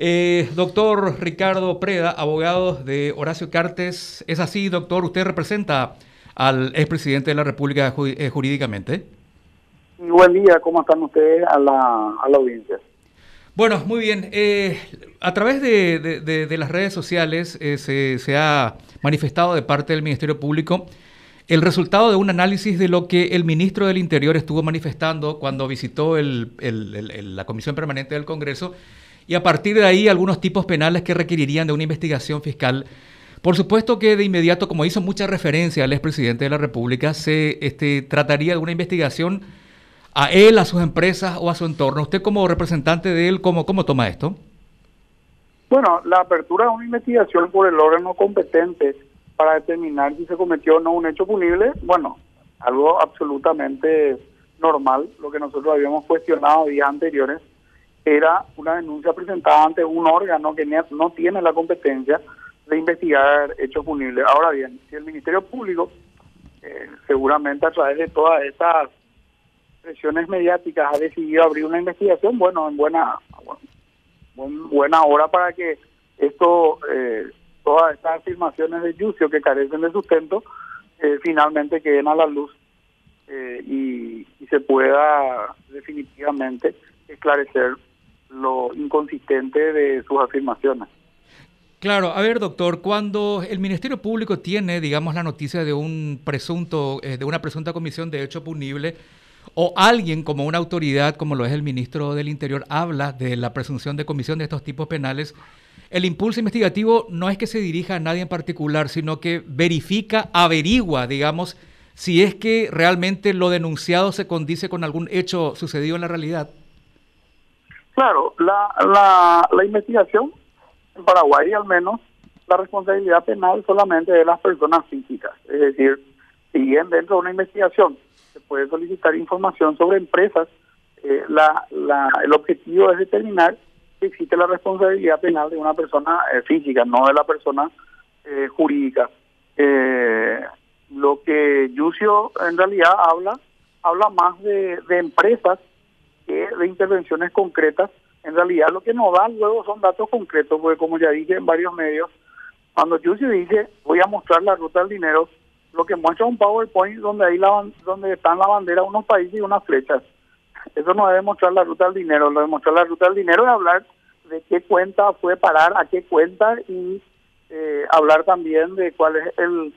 Doctor Ricardo Preda, abogado de Horacio Cartes. ¿Es así, doctor? ¿Usted representa al expresidente de la República jurídicamente? Y buen día, ¿cómo están ustedes a la audiencia? Bueno, muy bien. A través de las redes sociales se ha manifestado de parte del Ministerio Público el resultado de un análisis de lo que el ministro del Interior estuvo manifestando cuando visitó la Comisión Permanente del Congreso, y a partir de ahí algunos tipos penales que requerirían de una investigación fiscal. Por supuesto que de inmediato, como hizo mucha referencia al expresidente de la República, se trataría de una investigación a él, a sus empresas o a su entorno. Usted como representante de él, ¿cómo toma esto? Bueno, la apertura de una investigación por el órgano competente para determinar si se cometió o no un hecho punible, bueno, algo absolutamente normal. Lo que nosotros habíamos cuestionado días anteriores era una denuncia presentada ante un órgano que no tiene la competencia de investigar hechos punibles. Ahora bien, si el Ministerio Público, seguramente a través de todas estas presiones mediáticas, ha decidido abrir una investigación, bueno, en buena hora para que esto, todas estas afirmaciones de juicio que carecen de sustento, finalmente queden a la luz y se pueda definitivamente esclarecer lo inconsistente de sus afirmaciones. Claro, a ver, doctor, cuando el Ministerio Público tiene, digamos, la noticia de un presunto, de una presunta comisión de hecho punible, o alguien como una autoridad, como lo es el ministro del Interior, habla de la presunción de comisión de estos tipos penales, el impulso investigativo no es que se dirija a nadie en particular, sino que verifica, averigua, digamos, si es que realmente lo denunciado se condice con algún hecho sucedido en la realidad. Claro, la investigación en Paraguay, al menos, la responsabilidad penal solamente de las personas físicas. Es decir, si bien dentro de una investigación se puede solicitar información sobre empresas, el objetivo es determinar si existe la responsabilidad penal de una persona física, no de la persona jurídica. Lo que Yucio en realidad habla más de empresas que de intervenciones concretas. En realidad lo que nos da luego son datos concretos, porque como ya dije en varios medios, cuando Yucio dice voy a mostrar la ruta del dinero, lo que muestra un PowerPoint donde ahí donde están la bandera unos países y unas flechas. Eso no debe mostrar la ruta del dinero. Lo de mostrar la ruta del dinero es hablar de qué cuenta fue parar a qué cuenta y hablar también de cuál es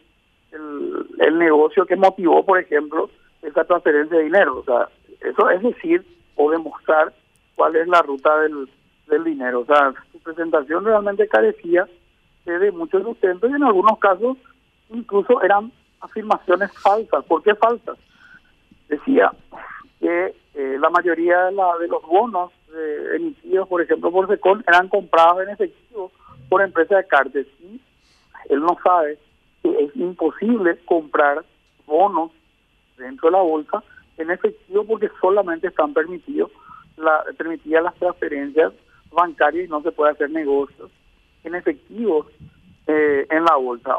el negocio que motivó, por ejemplo, esa transferencia de dinero. O sea, eso es decir, o demostrar cuál es la ruta del dinero. O sea, su presentación realmente carecía de mucho sustento y en algunos casos incluso eran afirmaciones falsas. ¿Por qué falsas? Decía que la mayoría de los bonos emitidos, por ejemplo, por SECON, eran comprados en efectivo por empresas de Cartes. Y él no sabe que es imposible comprar bonos dentro de la bolsa en efectivo porque solamente están permitidas las transferencias bancarias y no se puede hacer negocios en efectivo en la bolsa,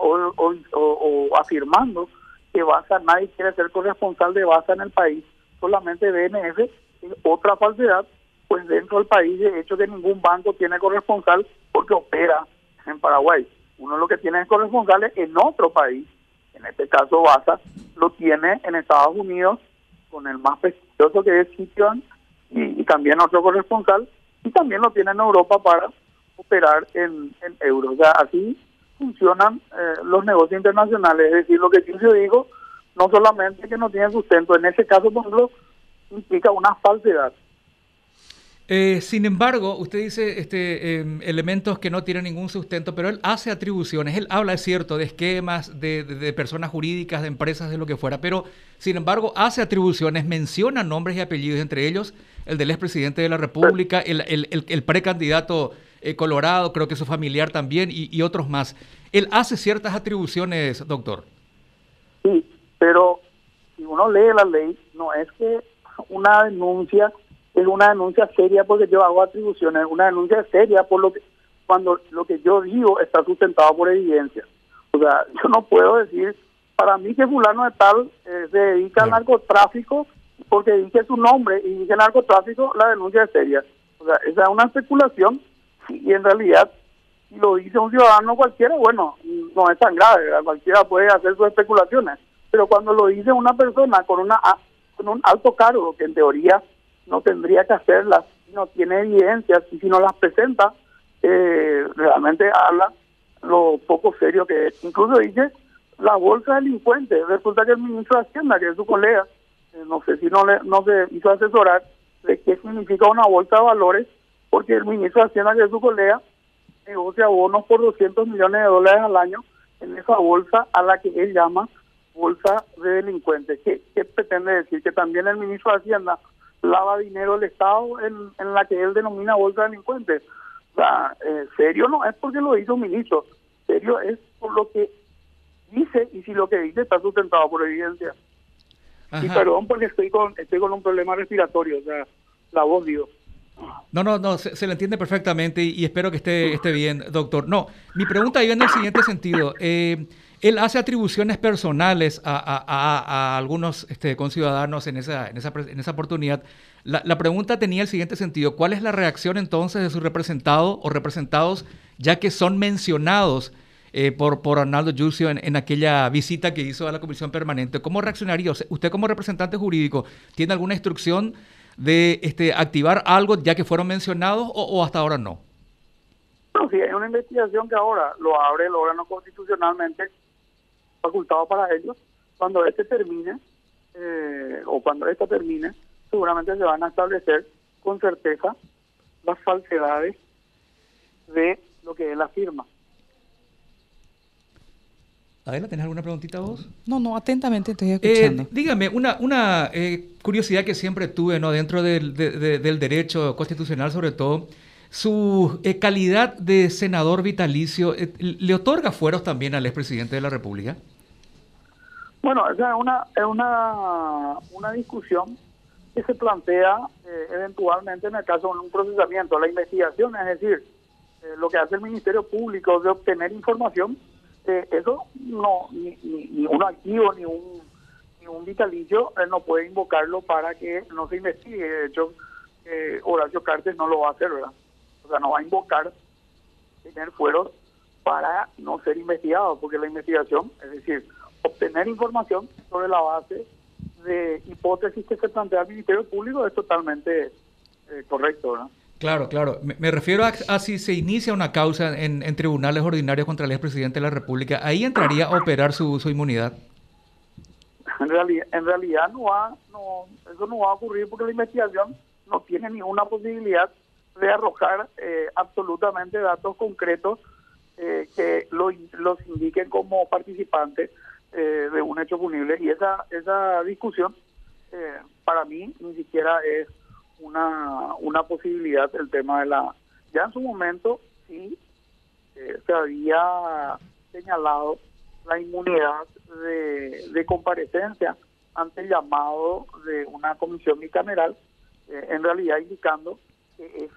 o afirmando que Basa, nadie quiere ser corresponsal de Basa en el país, solamente BNF, es otra falsedad, pues dentro del país de hecho que ningún banco tiene corresponsal porque opera en Paraguay. Uno lo que tiene es corresponsales en otro país, en este caso Basa lo tiene en Estados Unidos con el más prestigioso que es Citibank y también otro corresponsal, y también lo tiene en Europa para operar en euros. O sea, así funcionan los negocios internacionales. Es decir, lo que yo digo, no solamente que no tiene sustento, en ese caso, por ejemplo, implica una falsedad. Sin embargo, usted dice elementos que no tienen ningún sustento, pero él hace atribuciones, él habla, es cierto, de esquemas, de personas jurídicas, de empresas, de lo que fuera, pero sin embargo hace atribuciones, menciona nombres y apellidos, entre ellos el del expresidente de la República, el precandidato Colorado, creo que su familiar también, y otros más. Él hace ciertas atribuciones, doctor. Sí, pero si uno lee la ley, no es que una denuncia es una denuncia seria porque yo hago atribuciones, es una denuncia seria por cuando lo que yo digo está sustentado por evidencia. O sea, yo no puedo decir, para mí que fulano de tal se dedica al narcotráfico, porque dije su nombre y dije narcotráfico, la denuncia es seria. O sea, esa es una especulación y en realidad, si lo dice un ciudadano cualquiera, bueno, no es tan grave, ¿verdad? Cualquiera puede hacer sus especulaciones, pero cuando lo dice una persona con un alto cargo, que en teoría no tendría que hacerlas, si no tiene evidencias y si no las presenta, realmente habla lo poco serio que es. Incluso dice la bolsa delincuente. Resulta que el ministro de Hacienda, que es su colega, no sé si no se hizo asesorar de qué significa una bolsa de valores, porque el ministro de Hacienda, que es su colega, negocia bonos por $200 millones al año en esa bolsa a la que él llama bolsa de delincuentes. ¿Qué pretende decir? Que también el ministro de Hacienda lava dinero del Estado en la que él denomina bolsa de delincuentes. O sea, serio no es porque lo hizo un ministro, serio es por lo que dice, y si lo que dice está sustentado por evidencia. Ajá. Y perdón porque estoy con un problema respiratorio, o sea, la voz, digo. No, se le entiende perfectamente y espero que esté bien, doctor. No, mi pregunta iba en el siguiente sentido. Él hace atribuciones personales a algunos conciudadanos en esa oportunidad. La pregunta tenía el siguiente sentido. ¿Cuál es la reacción entonces de su representado o representados, ya que son mencionados por Arnaldo Yurcio en aquella visita que hizo a la Comisión Permanente? ¿Cómo reaccionaría? Usted como representante jurídico, ¿tiene alguna instrucción de activar algo ya que fueron mencionados o hasta ahora no? No, sí, hay una investigación que ahora lo abre el órgano constitucionalmente facultado para ellos. Cuando termine, o cuando esta termine, seguramente se van a establecer con certeza las falsedades de lo que él afirma. Adela, ¿tenés alguna preguntita vos? No, atentamente estoy escuchando. Dígame, una curiosidad que siempre tuve, ¿no? Dentro del derecho constitucional, sobre todo, su calidad de senador vitalicio, ¿le otorga fueros también al expresidente de la República? Bueno, esa es una discusión que se plantea eventualmente en el caso de un procesamiento. La investigación, es decir, lo que hace el Ministerio Público de obtener información, eso no, ni un activo ni un vitalicio no puede invocarlo para que no se investigue. De hecho, Horacio Cartes no lo va a hacer, ¿verdad? O sea, no va a invocar tener fueros para no ser investigado, porque la investigación, es decir, obtener información sobre la base de hipótesis que se plantea al Ministerio Público es totalmente correcto, ¿verdad? Claro. Me refiero a si se inicia una causa en tribunales ordinarios contra el expresidente de la República, ¿ahí entraría a operar su inmunidad? En realidad eso no va a ocurrir porque la investigación no tiene ninguna posibilidad de arrojar absolutamente datos concretos que los indiquen como participantes de un hecho punible. Y esa discusión para mí ni siquiera es una posibilidad. El tema de ya en su momento sí se había señalado la inmunidad de comparecencia ante el llamado de una comisión bicameral, en realidad indicando que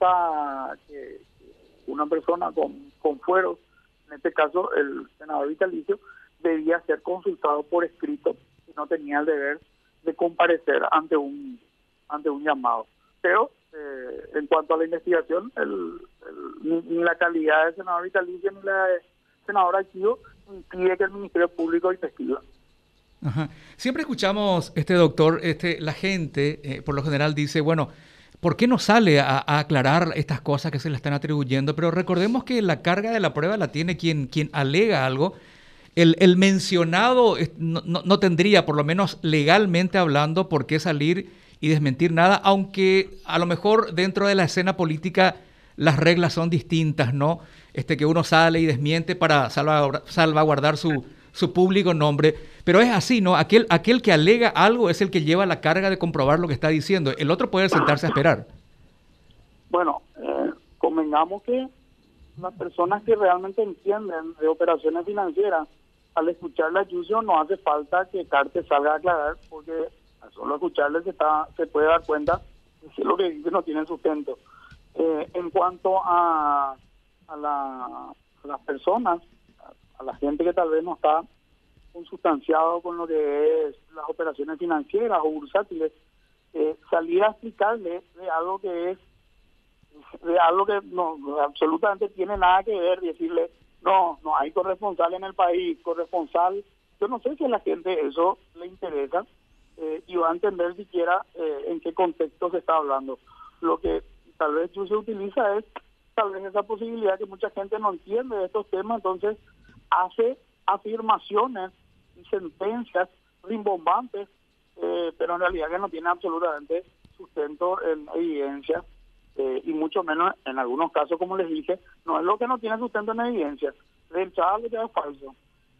una persona con fueros, en este caso el senador vitalicio, debía ser consultado por escrito y no tenía el deber de comparecer ante un llamado. Pero en cuanto a la investigación, ni la calidad de senador vitalicio ni la de senador activo impide que el Ministerio Público investigue. Ajá. Siempre escuchamos, doctor, la gente por lo general dice, bueno, ¿por qué no sale a aclarar estas cosas que se le están atribuyendo? Pero recordemos que la carga de la prueba la tiene quien alega algo. El mencionado no tendría, por lo menos legalmente hablando, por qué salir y desmentir nada, aunque a lo mejor dentro de la escena política las reglas son distintas, ¿no? Que uno sale y desmiente para salvaguardar su público nombre, pero es así, ¿no? Aquel que alega algo es el que lleva la carga de comprobar lo que está diciendo. El otro puede sentarse a esperar. Bueno, convengamos que las personas que realmente entienden de operaciones financieras, al escucharle a Yurcio no hace falta que Cartes salga a aclarar, porque al solo escucharle se puede dar cuenta de que lo que dice no tiene sustento. En cuanto a las personas, a la gente que tal vez no está consustanciado con lo que es las operaciones financieras o bursátiles, salir a explicarle de algo que es de algo que no absolutamente tiene nada que ver, decirle, no hay corresponsal en el país, corresponsal, yo no sé si a la gente eso le interesa y va a entender siquiera en qué contexto se está hablando. Lo que tal vez se utiliza es tal vez esa posibilidad que mucha gente no entiende de estos temas, entonces hace afirmaciones y sentencias rimbombantes, pero en realidad que no tiene absolutamente sustento en evidencia, y mucho menos en algunos casos, como les dije, no es lo que no tiene sustento en evidencia, del chaval ya es falso.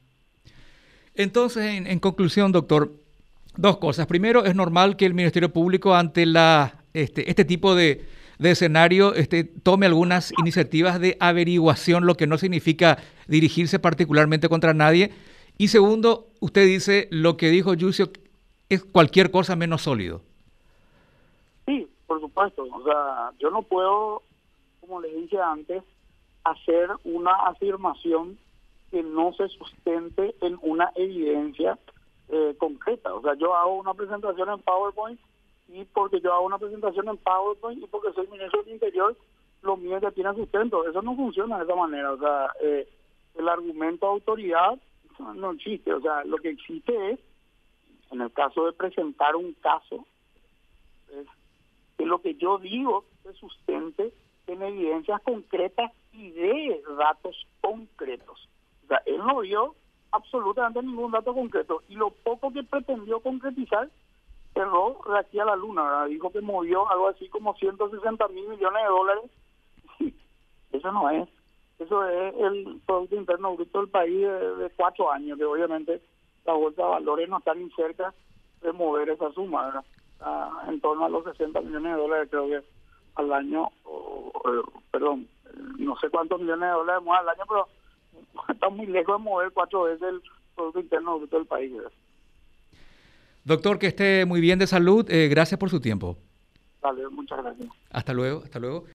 Entonces, en conclusión, doctor, dos cosas. Primero, es normal que el Ministerio Público ante este tipo de escenario tome algunas iniciativas de averiguación, lo que no significa dirigirse particularmente contra nadie. Y segundo, usted dice lo que dijo Yucio es cualquier cosa menos sólido. Sí, por supuesto. O sea, yo no puedo, como les dije antes, hacer una afirmación que no se sustente en una evidencia concreta. O sea, yo hago una presentación en PowerPoint y porque yo hago una presentación en PowerPoint y porque soy ministro del Interior, lo mío ya tiene sustento. Eso no funciona de esa manera. O sea, el argumento de autoridad no existe. O sea, lo que existe es, en el caso de presentar un caso, es que lo que yo digo se sustente en evidencias concretas y de datos concretos. O sea, él no dio absolutamente ningún dato concreto y lo poco que pretendió concretizar cerró de aquí a la luna, ¿verdad? Dijo que movió algo así como 160.000 millones de dólares. Eso no es. Eso es el Producto Interno Bruto del país de 4 años, que obviamente la bolsa de valores no está ni cerca de mover esa suma, ¿verdad? En torno a los 60 millones de dólares, creo que al año, perdón, no sé cuántos millones de dólares mueve al año, pero está muy lejos de mover 4 veces el Producto Interno Bruto del país, ¿verdad? Doctor, que esté muy bien de salud. Gracias por su tiempo. Vale, muchas gracias. Hasta luego, hasta luego.